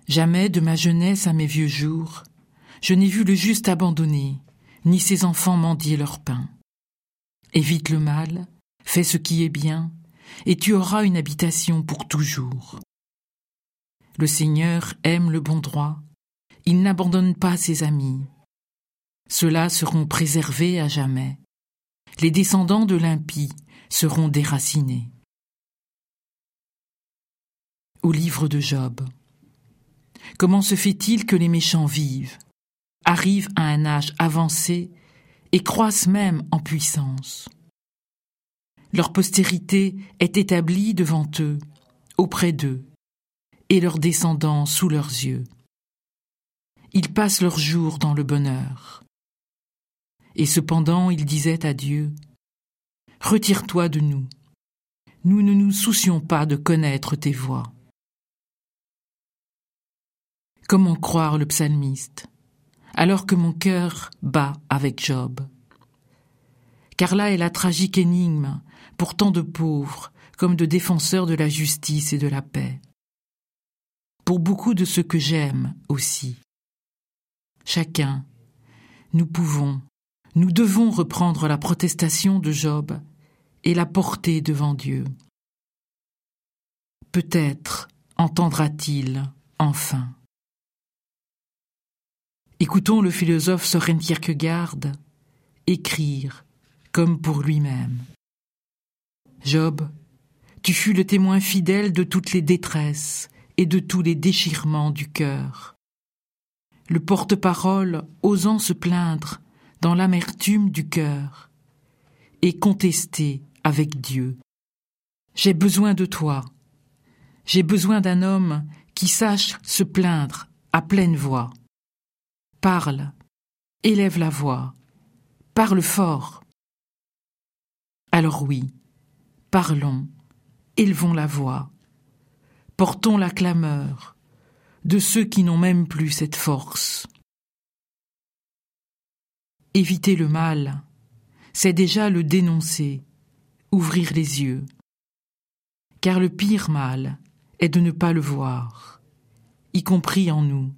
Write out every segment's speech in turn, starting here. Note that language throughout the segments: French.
Jamais de ma jeunesse à mes vieux jours, je n'ai vu le juste abandonné, ni ses enfants mendier leur pain. Évite le mal, fais ce qui est bien, et tu auras une habitation pour toujours. Le Seigneur aime le bon droit, il n'abandonne pas ses amis. Ceux-là seront préservés à jamais. Les descendants de l'impie seront déracinés. Au livre de Job. Comment se fait-il que les méchants vivent, arrivent à un âge avancé et croissent même en puissance? Leur postérité est établie devant eux, auprès d'eux, et leurs descendants sous leurs yeux. Ils passent leurs jours dans le bonheur. Et cependant, ils disaient à Dieu, « Retire-toi de nous. Nous ne nous soucions pas de connaître tes voies. » Comment croire le psalmiste, alors que mon cœur bat avec Job? Car là est la tragique énigme pour tant de pauvres comme de défenseurs de la justice et de la paix. Pour beaucoup de ceux que j'aime aussi. Chacun, nous devons reprendre la protestation de Job et la porter devant Dieu. Peut-être entendra-t-il enfin. Écoutons le philosophe Søren Kierkegaard écrire comme pour lui-même. Job, tu fus le témoin fidèle de toutes les détresses et de tous les déchirements du cœur. Le porte-parole osant se plaindre dans l'amertume du cœur et contester avec Dieu. J'ai besoin de toi. J'ai besoin d'un homme qui sache se plaindre à pleine voix. Parle, élève la voix, parle fort. Alors oui, parlons, élevons la voix, portons la clameur de ceux qui n'ont même plus cette force. Éviter le mal, c'est déjà le dénoncer, ouvrir les yeux. Car le pire mal est de ne pas le voir, y compris en nous.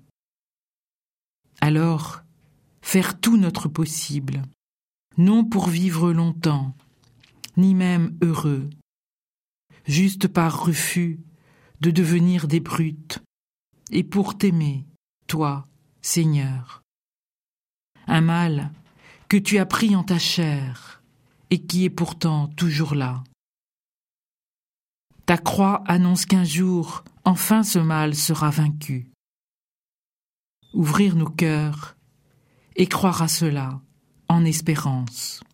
Alors, faire tout notre possible, non pour vivre longtemps, ni même heureux, juste par refus de devenir des brutes, et pour t'aimer, toi, Seigneur. Un mal que tu as pris en ta chair et qui est pourtant toujours là. Ta croix annonce qu'un jour, enfin ce mal sera vaincu. Ouvrir nos cœurs et croire à cela en espérance.